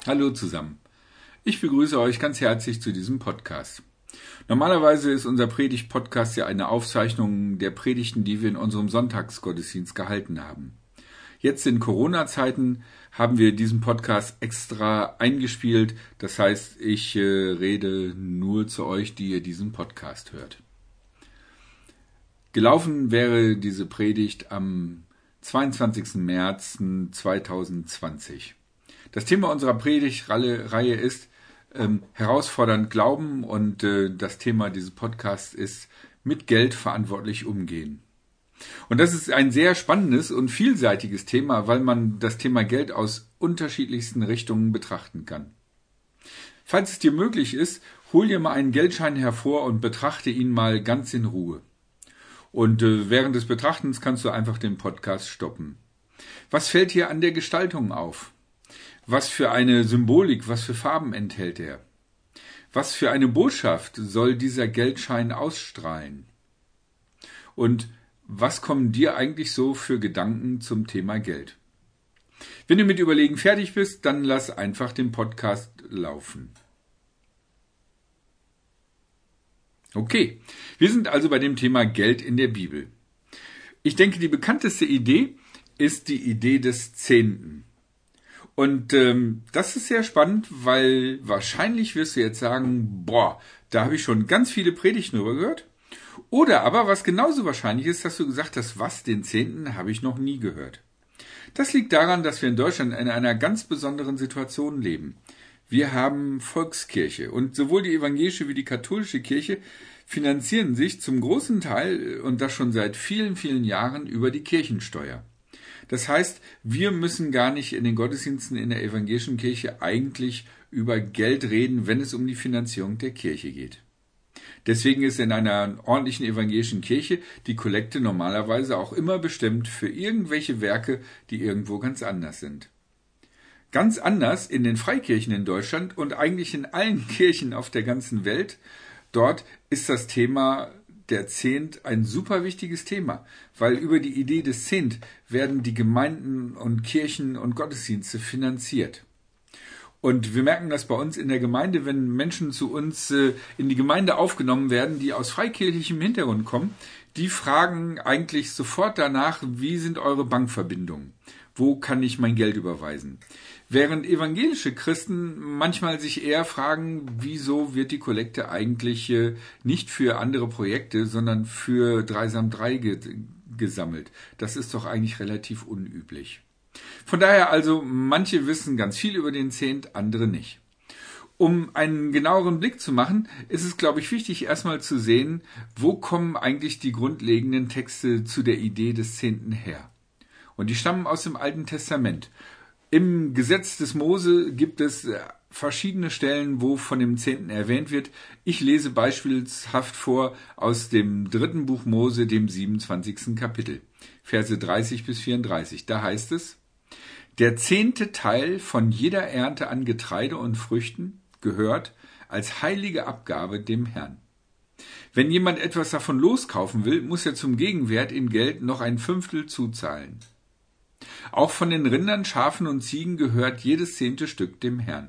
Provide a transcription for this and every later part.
Hallo zusammen. Ich begrüße euch ganz herzlich zu diesem Podcast. Normalerweise ist unser Predigt-Podcast ja eine Aufzeichnung der Predigten, die wir in unserem Sonntagsgottesdienst gehalten haben. Jetzt in Corona-Zeiten haben wir diesen Podcast extra eingespielt. Das heißt, ich rede nur zu euch, die ihr diesen Podcast hört. Gelaufen wäre diese Predigt am 22. März 2020. Das Thema unserer Predigtreihe ist herausfordernd Glauben und das Thema dieses Podcasts ist mit Geld verantwortlich umgehen. Und das ist ein sehr spannendes und vielseitiges Thema, weil man das Thema Geld aus unterschiedlichsten Richtungen betrachten kann. Falls es dir möglich ist, hol dir mal einen Geldschein hervor und betrachte ihn mal ganz in Ruhe. Und während des Betrachtens kannst du einfach den Podcast stoppen. Was fällt dir an der Gestaltung auf? Was für eine Symbolik, was für Farben enthält er? Was für eine Botschaft soll dieser Geldschein ausstrahlen? Und was kommen dir eigentlich so für Gedanken zum Thema Geld? Wenn du mit Überlegen fertig bist, dann lass einfach den Podcast laufen. Okay, wir sind also bei dem Thema Geld in der Bibel. Ich denke, die bekannteste Idee ist die Idee des Zehnten. Und das ist sehr spannend, weil wahrscheinlich wirst du jetzt sagen, da habe ich schon ganz viele Predigten drüber gehört. Oder aber, was genauso wahrscheinlich ist, dass du gesagt hast, den Zehnten habe ich noch nie gehört. Das liegt daran, dass wir in Deutschland in einer ganz besonderen Situation leben. Wir haben Volkskirche und sowohl die evangelische wie die katholische Kirche finanzieren sich zum großen Teil, und das schon seit vielen, vielen Jahren, über die Kirchensteuer. Das heißt, wir müssen gar nicht in den Gottesdiensten in der evangelischen Kirche eigentlich über Geld reden, wenn es um die Finanzierung der Kirche geht. Deswegen ist in einer ordentlichen evangelischen Kirche die Kollekte normalerweise auch immer bestimmt für irgendwelche Werke, die irgendwo ganz anders sind. Ganz anders in den Freikirchen in Deutschland und eigentlich in allen Kirchen auf der ganzen Welt. Dort ist das Thema der Zehnt ein super wichtiges Thema, weil über die Idee des Zehnt werden die Gemeinden und Kirchen und Gottesdienste finanziert. Und wir merken das bei uns in der Gemeinde, wenn Menschen zu uns in die Gemeinde aufgenommen werden, die aus freikirchlichem Hintergrund kommen, die fragen eigentlich sofort danach, wie sind eure Bankverbindungen? Wo kann ich mein Geld überweisen? Während evangelische Christen manchmal sich eher fragen, wieso wird die Kollekte eigentlich nicht für andere Projekte, sondern für Dreisam 3 gesammelt. Das ist doch eigentlich relativ unüblich. Von daher also, manche wissen ganz viel über den Zehnt, andere nicht. Um einen genaueren Blick zu machen, ist es, glaube ich, wichtig, erstmal zu sehen, wo kommen eigentlich die grundlegenden Texte zu der Idee des Zehnten her. Und die stammen aus dem Alten Testament. Im Gesetz des Mose gibt es verschiedene Stellen, wo von dem Zehnten erwähnt wird. Ich lese beispielshaft vor aus dem 3. Buch Mose, dem 27. Kapitel, Verse 30 bis 34. Da heißt es: Der 10. Teil von jeder Ernte an Getreide und Früchten gehört als heilige Abgabe dem Herrn. Wenn jemand etwas davon loskaufen will, muss er zum Gegenwert in Geld noch 1/5 zuzahlen. Auch von den Rindern, Schafen und Ziegen gehört jedes 10. Stück dem Herrn.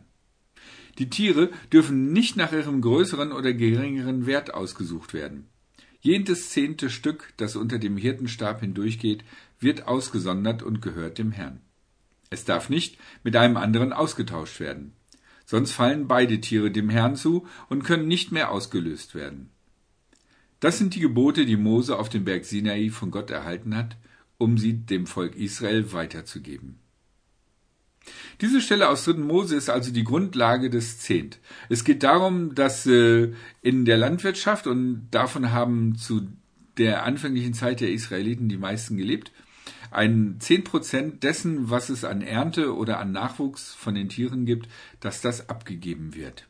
Die Tiere dürfen nicht nach ihrem größeren oder geringeren Wert ausgesucht werden. Jedes 10. Stück, das unter dem Hirtenstab hindurchgeht, wird ausgesondert und gehört dem Herrn. Es darf nicht mit einem anderen ausgetauscht werden. Sonst fallen beide Tiere dem Herrn zu und können nicht mehr ausgelöst werden. Das sind die Gebote, die Mose auf dem Berg Sinai von Gott erhalten hat, um sie dem Volk Israel weiterzugeben. Diese Stelle aus 3. Mose ist also die Grundlage des Zehnt. Es geht darum, dass in der Landwirtschaft, und davon haben zu der anfänglichen Zeit der Israeliten die meisten gelebt, 10% dessen, was es an Ernte oder an Nachwuchs von den Tieren gibt, dass das abgegeben wird.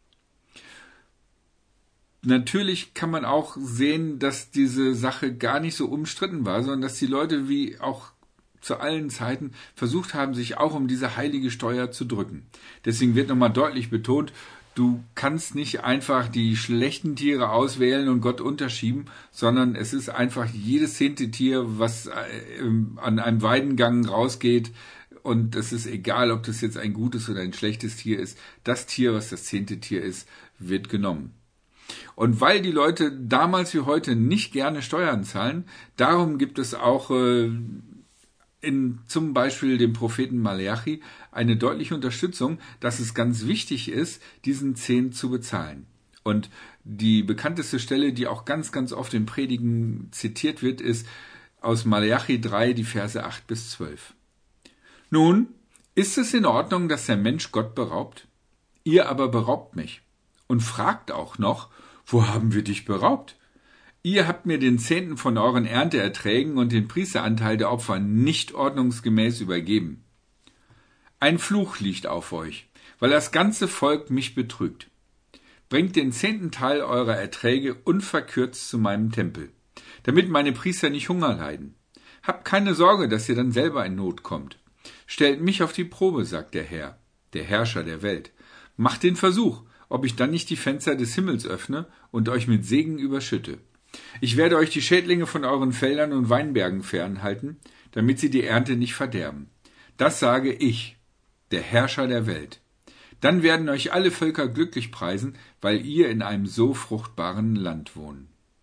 Natürlich kann man auch sehen, dass diese Sache gar nicht so umstritten war, sondern dass die Leute wie auch zu allen Zeiten versucht haben, sich auch um diese heilige Steuer zu drücken. Deswegen wird nochmal deutlich betont, du kannst nicht einfach die schlechten Tiere auswählen und Gott unterschieben, sondern es ist einfach jedes 10. Tier, was an einem Weidengang rausgeht und es ist egal, ob das jetzt ein gutes oder ein schlechtes Tier ist. Das Tier, was das 10. Tier ist, wird genommen. Und weil die Leute damals wie heute nicht gerne Steuern zahlen, darum gibt es auch in zum Beispiel dem Propheten Maleachi eine deutliche Unterstützung, dass es ganz wichtig ist, diesen Zehnt zu bezahlen. Und die bekannteste Stelle, die auch ganz, ganz oft in Predigen zitiert wird, ist aus Maleachi 3, die Verse 8 bis 12. Nun, ist es in Ordnung, dass der Mensch Gott beraubt? Ihr aber beraubt mich. Und fragt auch noch, wo haben wir dich beraubt? Ihr habt mir den 10. von euren Ernteerträgen und den Priesteranteil der Opfer nicht ordnungsgemäß übergeben. Ein Fluch liegt auf euch, weil das ganze Volk mich betrügt. Bringt den 10. Teil eurer Erträge unverkürzt zu meinem Tempel, damit meine Priester nicht Hunger leiden. Habt keine Sorge, dass ihr dann selber in Not kommt. Stellt mich auf die Probe, sagt der Herr, der Herrscher der Welt. Macht den Versuch, ob ich dann nicht die Fenster des Himmels öffne und euch mit Segen überschütte. Ich werde euch die Schädlinge von euren Feldern und Weinbergen fernhalten, damit sie die Ernte nicht verderben. Das sage ich, der Herrscher der Welt. Dann werden euch alle Völker glücklich preisen, weil ihr in einem so fruchtbaren Land wohnt.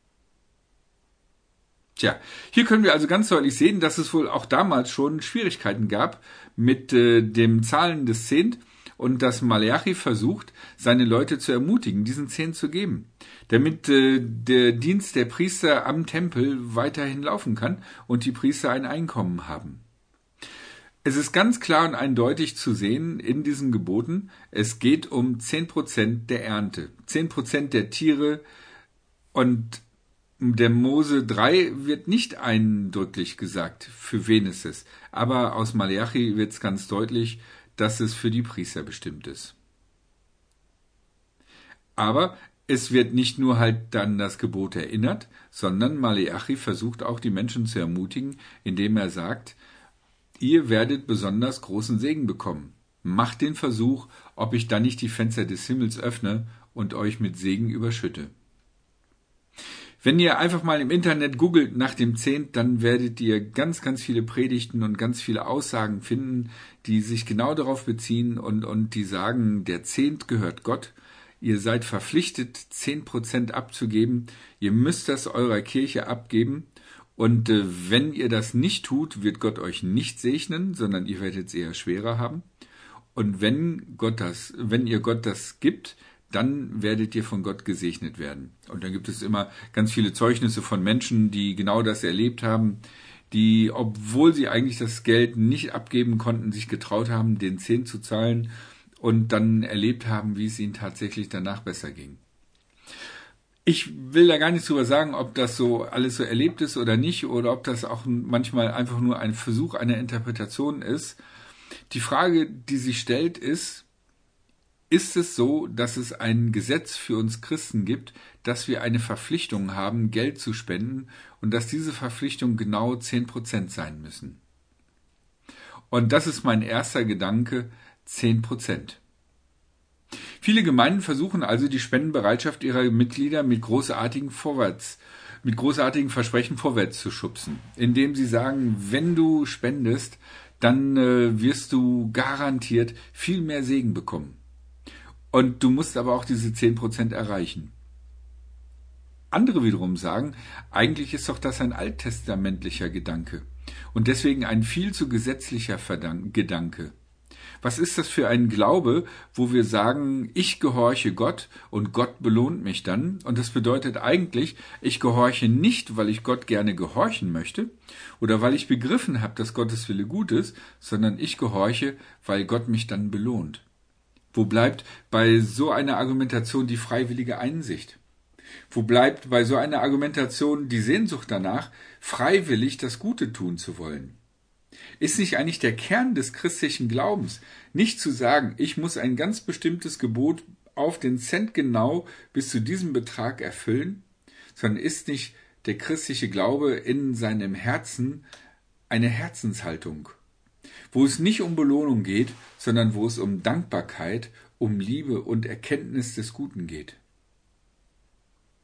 Tja, hier können wir also ganz deutlich sehen, dass es wohl auch damals schon Schwierigkeiten gab mit dem Zahlen des Zehnt und dass Maleachi versucht, seine Leute zu ermutigen, diesen Zehnt zu geben, damit der Dienst der Priester am Tempel weiterhin laufen kann und die Priester ein Einkommen haben. Es ist ganz klar und eindeutig zu sehen in diesen Geboten, es geht um 10% der Ernte, 10% der Tiere, und der Mose 3 wird nicht eindrücklich gesagt, für wen es ist. Aber aus Maleachi wird es ganz deutlich, dass es für die Priester bestimmt ist. Aber es wird nicht nur halt dann das Gebot erinnert, sondern Maleachi versucht auch die Menschen zu ermutigen, indem er sagt, ihr werdet besonders großen Segen bekommen. Macht den Versuch, ob ich dann nicht die Fenster des Himmels öffne und euch mit Segen überschütte. Wenn ihr einfach mal im Internet googelt nach dem Zehnt, dann werdet ihr ganz, ganz viele Predigten und ganz viele Aussagen finden, die sich genau darauf beziehen und die sagen, der Zehnt gehört Gott. Ihr seid verpflichtet, 10% abzugeben. Ihr müsst das eurer Kirche abgeben. Und wenn ihr das nicht tut, wird Gott euch nicht segnen, sondern ihr werdet es eher schwerer haben. Und wenn ihr Gott das gibt, dann werdet ihr von Gott gesegnet werden. Und dann gibt es immer ganz viele Zeugnisse von Menschen, die genau das erlebt haben, die, obwohl sie eigentlich das Geld nicht abgeben konnten, sich getraut haben, den Zehnt zu zahlen und dann erlebt haben, wie es ihnen tatsächlich danach besser ging. Ich will da gar nichts drüber sagen, ob das so alles so erlebt ist oder nicht, oder ob das auch manchmal einfach nur ein Versuch einer Interpretation ist. Die Frage, die sich stellt, ist es so, dass es ein Gesetz für uns Christen gibt, dass wir eine Verpflichtung haben, Geld zu spenden und dass diese Verpflichtung genau 10% sein müssen? Und das ist mein erster Gedanke, 10%. Viele Gemeinden versuchen also, die Spendenbereitschaft ihrer Mitglieder mit großartigen Versprechen vorwärts zu schubsen, indem sie sagen, wenn du spendest, dann wirst du garantiert viel mehr Segen bekommen. Und du musst aber auch diese 10% erreichen. Andere wiederum sagen, eigentlich ist doch das ein alttestamentlicher Gedanke und deswegen ein viel zu gesetzlicher Gedanke. Was ist das für ein Glaube, wo wir sagen, ich gehorche Gott und Gott belohnt mich dann? Und das bedeutet eigentlich, ich gehorche nicht, weil ich Gott gerne gehorchen möchte oder weil ich begriffen habe, dass Gottes Wille gut ist, sondern ich gehorche, weil Gott mich dann belohnt. Wo bleibt bei so einer Argumentation die freiwillige Einsicht? Wo bleibt bei so einer Argumentation die Sehnsucht danach, freiwillig das Gute tun zu wollen? Ist nicht eigentlich der Kern des christlichen Glaubens, nicht zu sagen, ich muss ein ganz bestimmtes Gebot auf den Cent genau bis zu diesem Betrag erfüllen, sondern ist nicht der christliche Glaube in seinem Herzen eine Herzenshaltung, wo es nicht um Belohnung geht, sondern wo es um Dankbarkeit, um Liebe und Erkenntnis des Guten geht.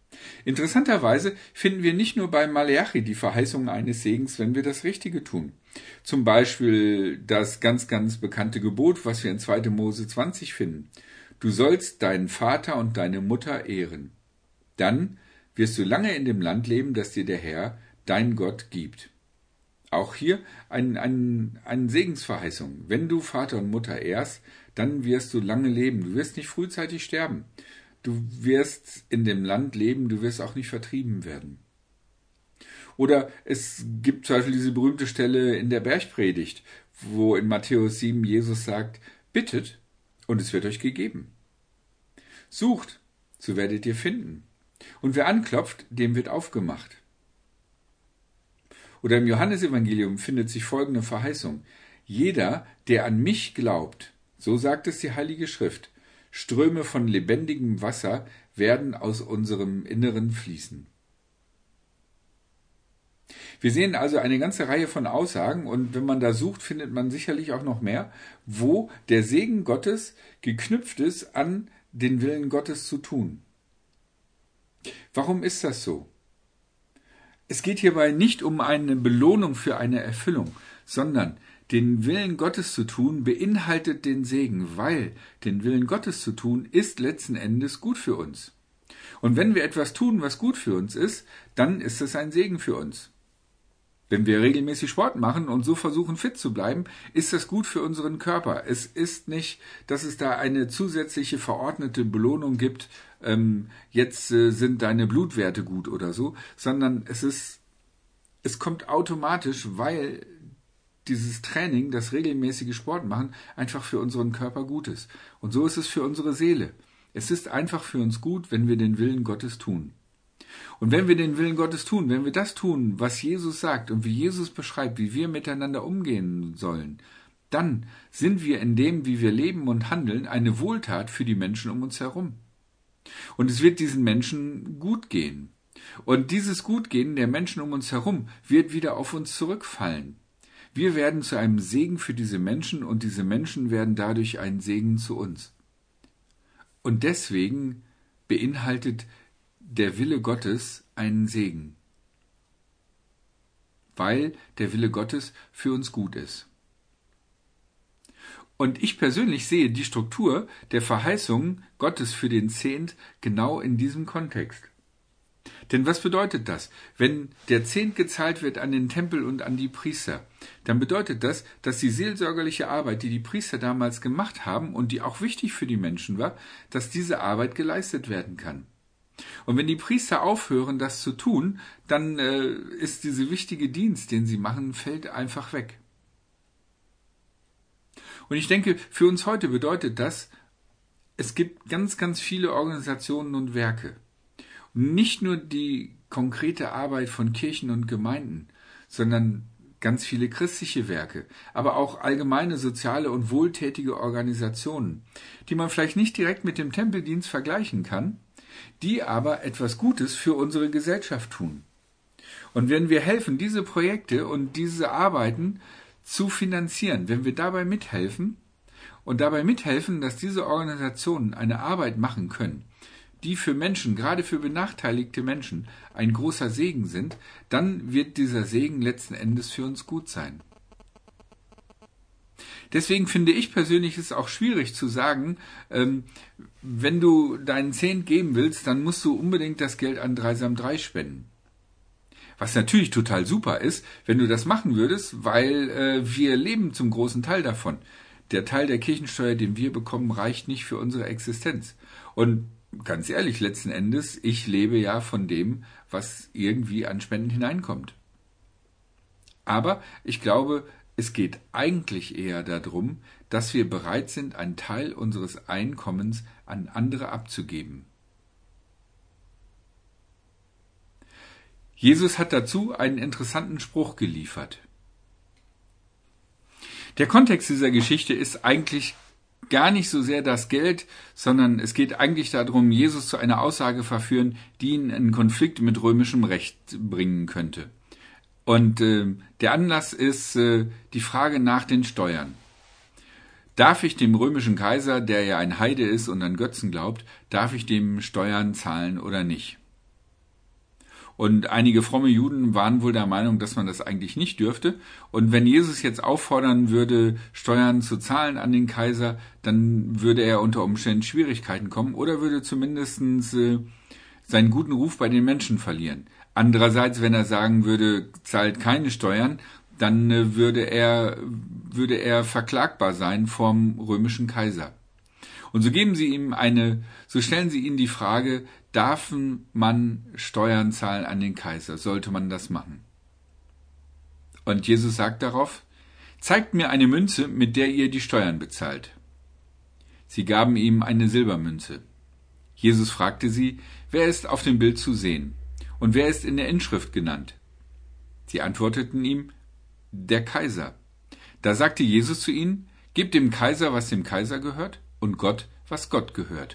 Interessanterweise finden wir nicht nur bei Maleachi die Verheißung eines Segens, wenn wir das Richtige tun. Zum Beispiel das ganz, ganz bekannte Gebot, was wir in 2. Mose 20 finden. Du sollst deinen Vater und deine Mutter ehren. Dann wirst du lange in dem Land leben, das dir der Herr, dein Gott, gibt. Auch hier eine Segensverheißung. Wenn du Vater und Mutter ehrst, dann wirst du lange leben. Du wirst nicht frühzeitig sterben. Du wirst in dem Land leben, du wirst auch nicht vertrieben werden. Oder es gibt zum Beispiel diese berühmte Stelle in der Bergpredigt, wo in Matthäus 7 Jesus sagt, bittet und es wird euch gegeben. Sucht, so werdet ihr finden. Und wer anklopft, dem wird aufgemacht. Oder im Johannesevangelium findet sich folgende Verheißung. Jeder, der an mich glaubt, so sagt es die Heilige Schrift, Ströme von lebendigem Wasser werden aus unserem Inneren fließen. Wir sehen also eine ganze Reihe von Aussagen und wenn man da sucht, findet man sicherlich auch noch mehr, wo der Segen Gottes geknüpft ist an den Willen Gottes zu tun. Warum ist das so? Es geht hierbei nicht um eine Belohnung für eine Erfüllung, sondern den Willen Gottes zu tun beinhaltet den Segen, weil den Willen Gottes zu tun ist letzten Endes gut für uns. Und wenn wir etwas tun, was gut für uns ist, dann ist es ein Segen für uns. Wenn wir regelmäßig Sport machen und so versuchen, fit zu bleiben, ist das gut für unseren Körper. Es ist nicht, dass es da eine zusätzliche verordnete Belohnung gibt, jetzt sind deine Blutwerte gut oder so, sondern es kommt automatisch, weil dieses Training, das regelmäßige Sport machen, einfach für unseren Körper gut ist. Und so ist es für unsere Seele. Es ist einfach für uns gut, wenn wir den Willen Gottes tun. Und wenn wir den Willen Gottes tun, wenn wir das tun, was Jesus sagt und wie Jesus beschreibt, wie wir miteinander umgehen sollen, dann sind wir in dem, wie wir leben und handeln, eine Wohltat für die Menschen um uns herum. Und es wird diesen Menschen gut gehen. Und dieses Gutgehen der Menschen um uns herum wird wieder auf uns zurückfallen. Wir werden zu einem Segen für diese Menschen und diese Menschen werden dadurch ein Segen zu uns. Und deswegen beinhaltet der Wille Gottes einen Segen, weil der Wille Gottes für uns gut ist. Und ich persönlich sehe die Struktur der Verheißung Gottes für den Zehnt genau in diesem Kontext. Denn was bedeutet das? Wenn der Zehnt gezahlt wird an den Tempel und an die Priester, dann bedeutet das, dass die seelsorgerliche Arbeit, die die Priester damals gemacht haben und die auch wichtig für die Menschen war, dass diese Arbeit geleistet werden kann. Und wenn die Priester aufhören, das zu tun, dann ist dieser wichtige Dienst, den sie machen, fällt einfach weg. Und ich denke, für uns heute bedeutet das, es gibt ganz, ganz viele Organisationen und Werke. Und nicht nur die konkrete Arbeit von Kirchen und Gemeinden, sondern ganz viele christliche Werke, aber auch allgemeine soziale und wohltätige Organisationen, die man vielleicht nicht direkt mit dem Tempeldienst vergleichen kann, die aber etwas Gutes für unsere Gesellschaft tun. Und wenn wir helfen, diese Projekte und diese Arbeiten zu finanzieren, wenn wir dabei mithelfen und dabei mithelfen, dass diese Organisationen eine Arbeit machen können, die für Menschen, gerade für benachteiligte Menschen, ein großer Segen sind, dann wird dieser Segen letzten Endes für uns gut sein. Deswegen finde ich persönlich es auch schwierig zu sagen, wenn du deinen Zehnt geben willst, dann musst du unbedingt das Geld an Dreisam 3 spenden. Was natürlich total super ist, wenn du das machen würdest, weil wir leben zum großen Teil davon. Der Teil der Kirchensteuer, den wir bekommen, reicht nicht für unsere Existenz. Und ganz ehrlich, letzten Endes, ich lebe ja von dem, was irgendwie an Spenden hineinkommt. Aber ich glaube, es geht eigentlich eher darum, dass wir bereit sind, einen Teil unseres Einkommens an andere abzugeben. Jesus hat dazu einen interessanten Spruch geliefert. Der Kontext dieser Geschichte ist eigentlich gar nicht so sehr das Geld, sondern es geht eigentlich darum, Jesus zu einer Aussage verführen, die ihn in Konflikt mit römischem Recht bringen könnte. Und der Anlass ist die Frage nach den Steuern. Darf ich dem römischen Kaiser, der ja ein Heide ist und an Götzen glaubt, darf ich dem Steuern zahlen oder nicht? Und einige fromme Juden waren wohl der Meinung, dass man das eigentlich nicht dürfte. Und wenn Jesus jetzt auffordern würde, Steuern zu zahlen an den Kaiser, dann würde er unter Umständen Schwierigkeiten kommen oder würde zumindest seinen guten Ruf bei den Menschen verlieren. Andererseits, wenn er sagen würde, zahlt keine Steuern, dann würde er verklagbar sein vom römischen Kaiser. Und so stellen sie ihm die Frage, darf man Steuern zahlen an den Kaiser? Sollte man das machen? Und Jesus sagt darauf, zeigt mir eine Münze, mit der ihr die Steuern bezahlt. Sie gaben ihm eine Silbermünze. Jesus fragte sie, wer ist auf dem Bild zu sehen? Und wer ist in der Inschrift genannt? Sie antworteten ihm, der Kaiser. Da sagte Jesus zu ihnen, gebt dem Kaiser, was dem Kaiser gehört, und Gott, was Gott gehört.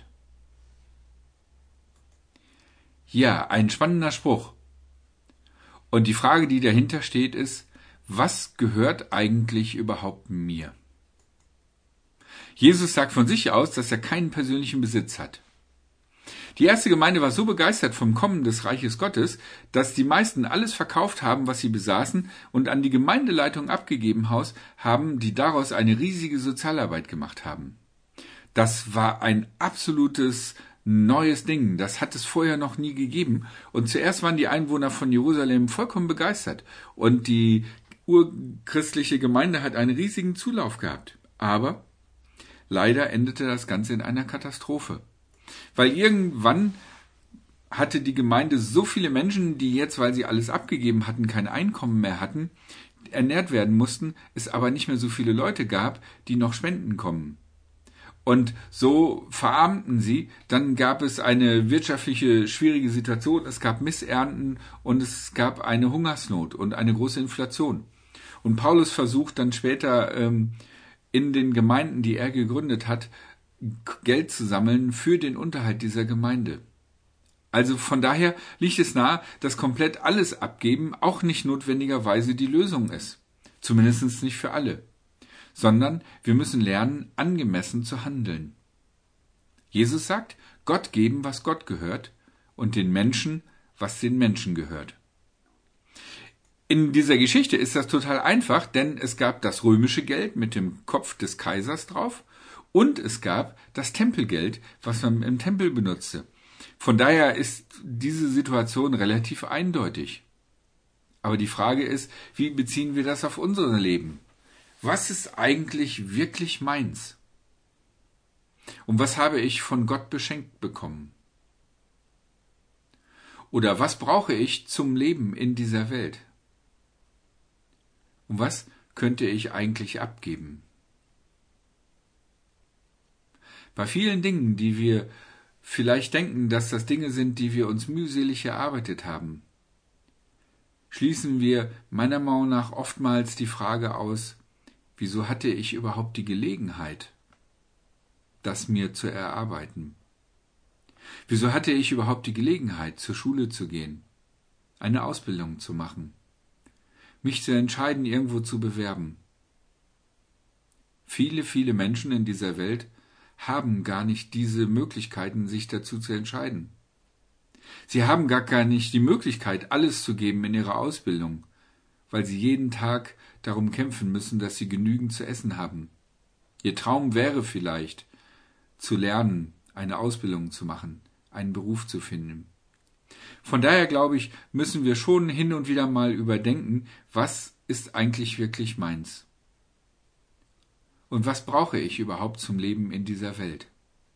Ja, ein spannender Spruch. Und die Frage, die dahinter steht, ist, was gehört eigentlich überhaupt mir? Jesus sagt von sich aus, dass er keinen persönlichen Besitz hat. Die erste Gemeinde war so begeistert vom Kommen des Reiches Gottes, dass die meisten alles verkauft haben, was sie besaßen, und an die Gemeindeleitung abgegeben haben, die daraus eine riesige Sozialarbeit gemacht haben. Das war ein absolutes neues Ding. Das hat es vorher noch nie gegeben. Und zuerst waren die Einwohner von Jerusalem vollkommen begeistert. Und die urchristliche Gemeinde hat einen riesigen Zulauf gehabt. Aber leider endete das Ganze in einer Katastrophe. Weil irgendwann hatte die Gemeinde so viele Menschen, die jetzt, weil sie alles abgegeben hatten, kein Einkommen mehr hatten, ernährt werden mussten, es aber nicht mehr so viele Leute gab, die noch Spenden kommen. Und so verarmten sie, dann gab es eine wirtschaftliche schwierige Situation, es gab Missernten und es gab eine Hungersnot und eine große Inflation. Und Paulus versucht dann später in den Gemeinden, die er gegründet hat, Geld zu sammeln für den Unterhalt dieser Gemeinde. Also von daher liegt es nahe, dass komplett alles abgeben auch nicht notwendigerweise die Lösung ist. Zumindest nicht für alle. Sondern wir müssen lernen, angemessen zu handeln. Jesus sagt, Gott geben, was Gott gehört, und den Menschen, was den Menschen gehört. In dieser Geschichte ist das total einfach, denn es gab das römische Geld mit dem Kopf des Kaisers drauf und es gab das Tempelgeld, was man im Tempel benutzte. Von daher ist diese Situation relativ eindeutig. Aber die Frage ist, wie beziehen wir das auf unser Leben? Was ist eigentlich wirklich meins? Und was habe ich von Gott beschenkt bekommen? Oder was brauche ich zum Leben in dieser Welt? Und was könnte ich eigentlich abgeben? Bei vielen Dingen, die wir vielleicht denken, dass das Dinge sind, die wir uns mühselig erarbeitet haben, schließen wir meiner Meinung nach oftmals die Frage aus, wieso hatte ich überhaupt die Gelegenheit, das mir zu erarbeiten? Wieso hatte ich überhaupt die Gelegenheit, zur Schule zu gehen, eine Ausbildung zu machen, mich zu entscheiden, irgendwo zu bewerben? Viele, viele Menschen in dieser Welt haben gar nicht diese Möglichkeiten, sich dazu zu entscheiden. Sie haben gar nicht die Möglichkeit, alles zu geben in ihrer Ausbildung, weil sie jeden Tag darum kämpfen müssen, dass sie genügend zu essen haben. Ihr Traum wäre vielleicht, zu lernen, eine Ausbildung zu machen, einen Beruf zu finden. Von daher glaube ich, müssen wir schon hin und wieder mal überdenken, was ist eigentlich wirklich meins? Und was brauche ich überhaupt zum Leben in dieser Welt?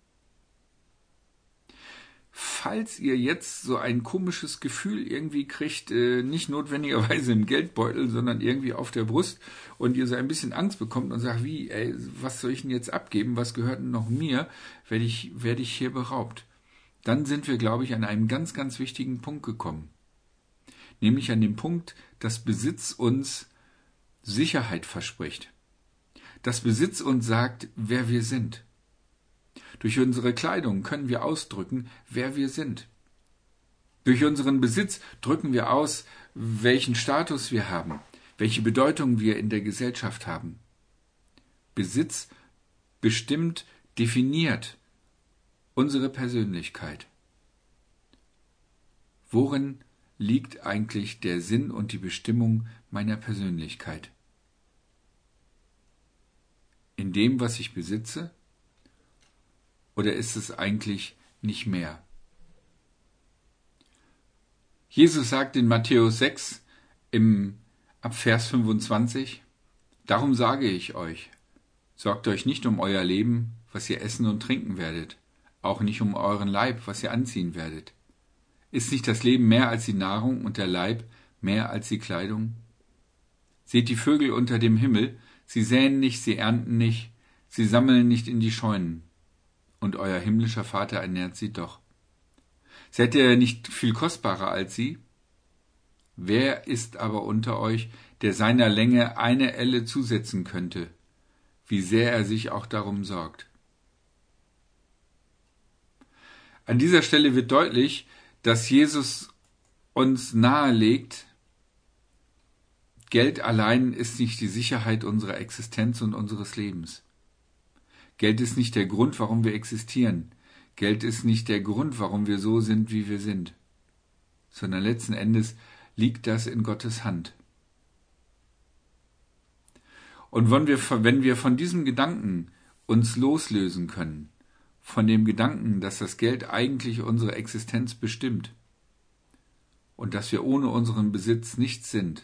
Falls ihr jetzt so ein komisches Gefühl irgendwie kriegt, nicht notwendigerweise im Geldbeutel, sondern irgendwie auf der Brust und ihr so ein bisschen Angst bekommt und sagt, was soll ich denn jetzt abgeben, was gehört denn noch mir, werde ich hier beraubt. Dann sind wir, glaube ich, an einem ganz, ganz wichtigen Punkt gekommen. Nämlich an dem Punkt, dass Besitz uns Sicherheit verspricht. Dass Besitz uns sagt, wer wir sind. Durch unsere Kleidung können wir ausdrücken, wer wir sind. Durch unseren Besitz drücken wir aus, welchen Status wir haben, welche Bedeutung wir in der Gesellschaft haben. Besitz bestimmt, definiert unsere Persönlichkeit. Worin liegt eigentlich der Sinn und die Bestimmung meiner Persönlichkeit? In dem, was ich besitze? Oder ist es eigentlich nicht mehr? Jesus sagt in Matthäus 6 ab Vers 25, darum sage ich euch, sorgt euch nicht um euer Leben, was ihr essen und trinken werdet, auch nicht um euren Leib, was ihr anziehen werdet. Ist nicht das Leben mehr als die Nahrung und der Leib mehr als die Kleidung? Seht die Vögel unter dem Himmel, sie säen nicht, sie ernten nicht, sie sammeln nicht in die Scheunen, und euer himmlischer Vater ernährt sie doch. Seid ihr nicht viel kostbarer als sie? Wer ist aber unter euch, der seiner Länge eine Elle zusetzen könnte, wie sehr er sich auch darum sorgt? An dieser Stelle wird deutlich, dass Jesus uns nahelegt, Geld allein ist nicht die Sicherheit unserer Existenz und unseres Lebens. Geld ist nicht der Grund, warum wir existieren. Geld ist nicht der Grund, warum wir so sind, wie wir sind. Sondern letzten Endes liegt das in Gottes Hand. Und wenn wir von diesem Gedanken uns loslösen können, von dem Gedanken, dass das Geld eigentlich unsere Existenz bestimmt und dass wir ohne unseren Besitz nichts sind,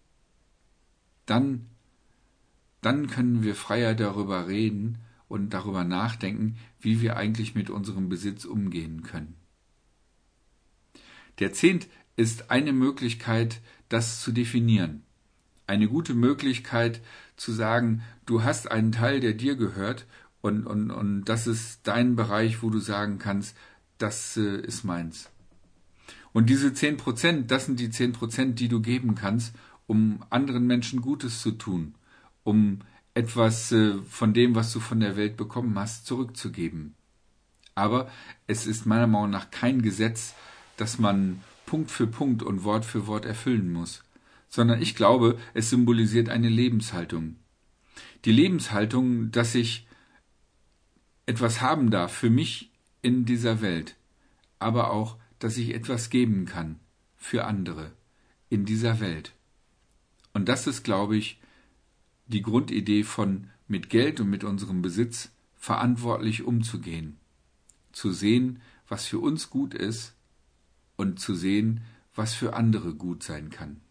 dann können wir freier darüber reden und darüber nachdenken, wie wir eigentlich mit unserem Besitz umgehen können. Der Zehnt ist eine Möglichkeit, das zu definieren. Eine gute Möglichkeit zu sagen, du hast einen Teil, der dir gehört und das ist dein Bereich, wo du sagen kannst, das ist meins. Und diese 10%, das sind die 10%, die du geben kannst, um anderen Menschen Gutes zu tun, um etwas von dem, was du von der Welt bekommen hast, zurückzugeben. Aber es ist meiner Meinung nach kein Gesetz, das man Punkt für Punkt und Wort für Wort erfüllen muss, sondern ich glaube, es symbolisiert eine Lebenshaltung. Die Lebenshaltung, dass ich etwas haben darf für mich in dieser Welt, aber auch, dass ich etwas geben kann für andere in dieser Welt. Und das ist, glaube ich, die Grundidee von mit Geld und mit unserem Besitz verantwortlich umzugehen. Zu sehen, was für uns gut ist und zu sehen, was für andere gut sein kann.